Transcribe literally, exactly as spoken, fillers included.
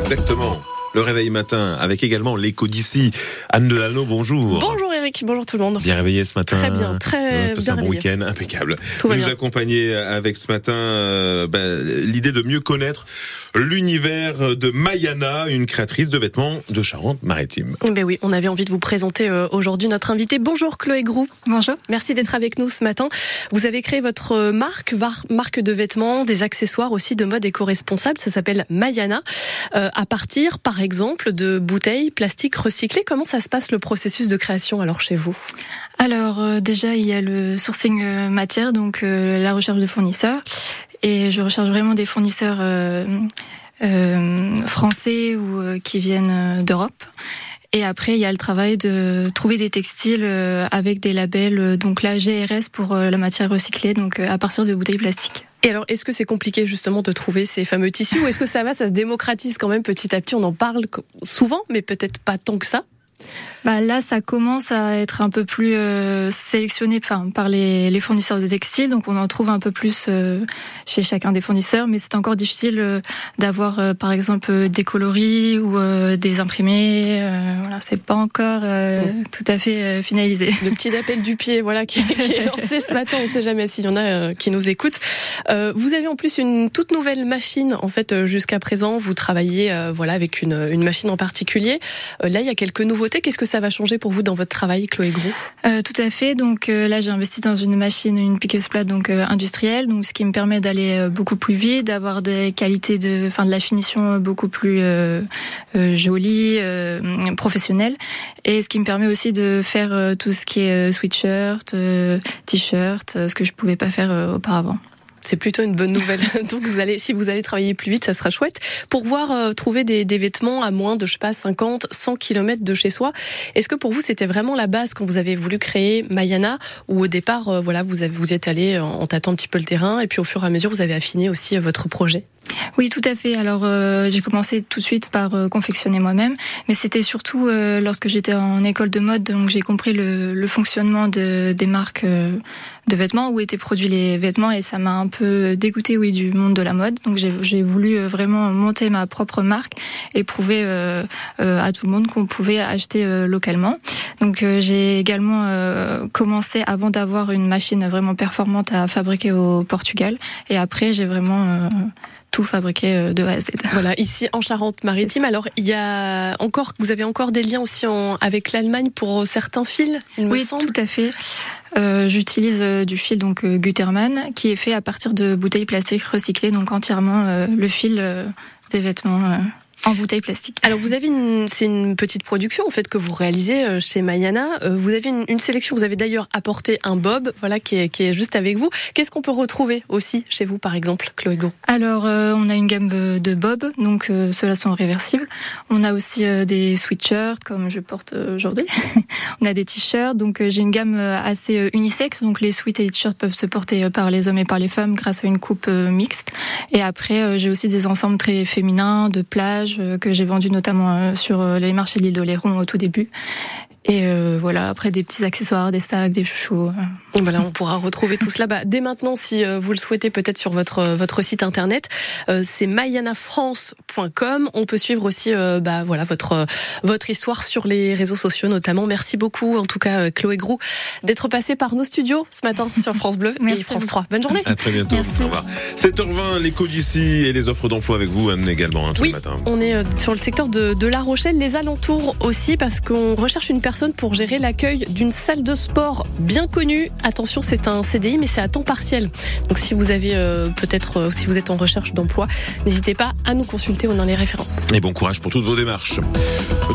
Exactement. Le réveil matin, avec également l'écho d'ici. Anne Delano, bonjour. Bonjour Eric, bonjour tout le monde. Bien réveillé ce matin. Très bien, très euh, bien un bon réveillé. week-end, impeccable. Tout va Vous nous bien. accompagnez avec ce matin euh, ben, l'idée de mieux connaître l'univers de Mayana, une créatrice de vêtements de Charente-Maritime. Ben oui, on avait envie de vous présenter euh, aujourd'hui notre invité. Bonjour Chloé Groux. Bonjour. Merci d'être avec nous ce matin. Vous avez créé votre marque, var- marque de vêtements, des accessoires aussi de mode éco-responsable. Ça s'appelle Mayana. Euh, à partir, par exemple, de bouteilles plastiques recyclées. Comment ça se passe le processus de création alors chez vous ? Alors euh, déjà il y a le sourcing euh, matière, donc euh, la recherche de fournisseurs, et je recherche vraiment des fournisseurs euh, euh, français ou euh, qui viennent euh, d'Europe. Et après il y a le travail de trouver des textiles euh, avec des labels, euh, donc la G R S pour euh, la matière recyclée, donc euh, à partir de bouteilles plastiques. Et alors, est-ce que c'est compliqué justement de trouver ces fameux tissus ou est-ce que ça va, ça se démocratise quand même petit à petit ? On en parle souvent, mais peut-être pas tant que ça. Bah là, ça commence à être un peu plus euh, sélectionné enfin, par les, les fournisseurs de textiles, donc on en trouve un peu plus euh, chez chacun des fournisseurs, mais c'est encore difficile euh, d'avoir, euh, par exemple, des coloris ou euh, des imprimés. Euh, voilà, c'est pas encore euh, bon. tout à fait euh, finalisé. Le petit appel du pied, voilà, qui, qui est lancé ce matin. On ne sait jamais s'il y en a euh, qui nous écoutent. Euh, vous avez en plus une toute nouvelle machine. En fait, euh, jusqu'à présent, vous travaillez, euh, voilà, avec une, une machine en particulier. Euh, là, il y a quelques nouveautés. Qu'est-ce que ça va changer pour vous dans votre travail, Chloé Groux ? euh, Tout à fait. Donc euh, là, j'ai investi dans une machine, une piqueuse plate, donc euh, industrielle, donc ce qui me permet d'aller euh, beaucoup plus vite, d'avoir des qualités de, enfin de la finition beaucoup plus euh, euh, jolie, euh, professionnelle, et ce qui me permet aussi de faire euh, tout ce qui est euh, sweatshirt, euh, t-shirt, euh, ce que je pouvais pas faire euh, auparavant. C'est plutôt une bonne nouvelle. Donc vous allez, si vous allez travailler plus vite, ça sera chouette. Pour pouvoir euh, trouver des, des vêtements à moins de, je sais pas, cinquante, cent kilomètres de chez soi. Est-ce que pour vous, c'était vraiment la base quand vous avez voulu créer Mayana, ou au départ, euh, voilà, vous avez, vous êtes allé en, en tâtant un petit peu le terrain, et puis au fur et à mesure, vous avez affiné aussi euh, votre projet ? Oui, tout à fait. Alors, euh, j'ai commencé tout de suite par euh, confectionner moi-même, mais c'était surtout euh, lorsque j'étais en école de mode, donc j'ai compris le, le fonctionnement de, des marques euh, de vêtements, où étaient produits les vêtements, et ça m'a un peu dégoûtée, oui, du monde de la mode. Donc, j'ai, j'ai voulu vraiment monter ma propre marque et prouver euh, euh, à tout le monde qu'on pouvait acheter euh, localement. Donc, euh, j'ai également euh, commencé, avant d'avoir une machine vraiment performante, à fabriquer au Portugal, et après, j'ai vraiment euh, tout fabriqué de A à Z. Voilà, ici en Charente-Maritime. Alors, il y a encore, vous avez encore des liens aussi en, avec l'Allemagne pour certains fils, il me oui, semble. Oui, tout à fait. Euh, j'utilise euh, du fil donc euh, Gutermann, qui est fait à partir de bouteilles plastiques recyclées, donc entièrement euh, le fil euh, des vêtements euh, en bouteilles plastiques. Alors vous avez une, c'est une petite production en fait que vous réalisez chez Mayana. Vous avez une, une sélection. Vous avez d'ailleurs apporté un bob, voilà, qui est, qui est juste avec vous. Qu'est-ce qu'on peut retrouver aussi chez vous, par exemple, Chloé Groux ? Alors euh, on a une gamme de bob, donc euh, ceux-là sont réversibles. On a aussi euh, des sweatshirts comme je porte aujourd'hui. On a des t-shirts, donc euh, j'ai une gamme assez euh, unisexe. Donc les sweats et les t-shirts peuvent se porter par les hommes et par les femmes grâce à une coupe euh, mixte. Et après euh, j'ai aussi des ensembles très féminins de plage, que j'ai vendu notamment sur les marchés de l'île d'Oléron au tout début. Et euh, voilà, après des petits accessoires, des sacs, des chouchous. Et voilà, on pourra retrouver tout cela bah, dès maintenant si euh, vous le souhaitez, peut-être sur votre votre site internet. Euh, c'est mayana france point com. On peut suivre aussi euh, bah voilà votre votre histoire sur les réseaux sociaux notamment. Merci beaucoup en tout cas Chloé Groux d'être passée par nos studios ce matin sur France Bleu et France trois. Bonne journée. À très bientôt. Merci. Au revoir. sept heures vingt, l'écho d'ici et les offres d'emploi avec vous, Anne, également hein, tous oui, les matins. On est sur le secteur de, de La Rochelle, les alentours aussi, parce qu'on recherche une personne pour gérer l'accueil d'une salle de sport bien connue. Attention, c'est un C D I, mais c'est à temps partiel. Donc si vous avez euh, peut-être, euh, si vous êtes en recherche d'emploi, n'hésitez pas à nous consulter, on a les références. Et bon courage pour toutes vos démarches.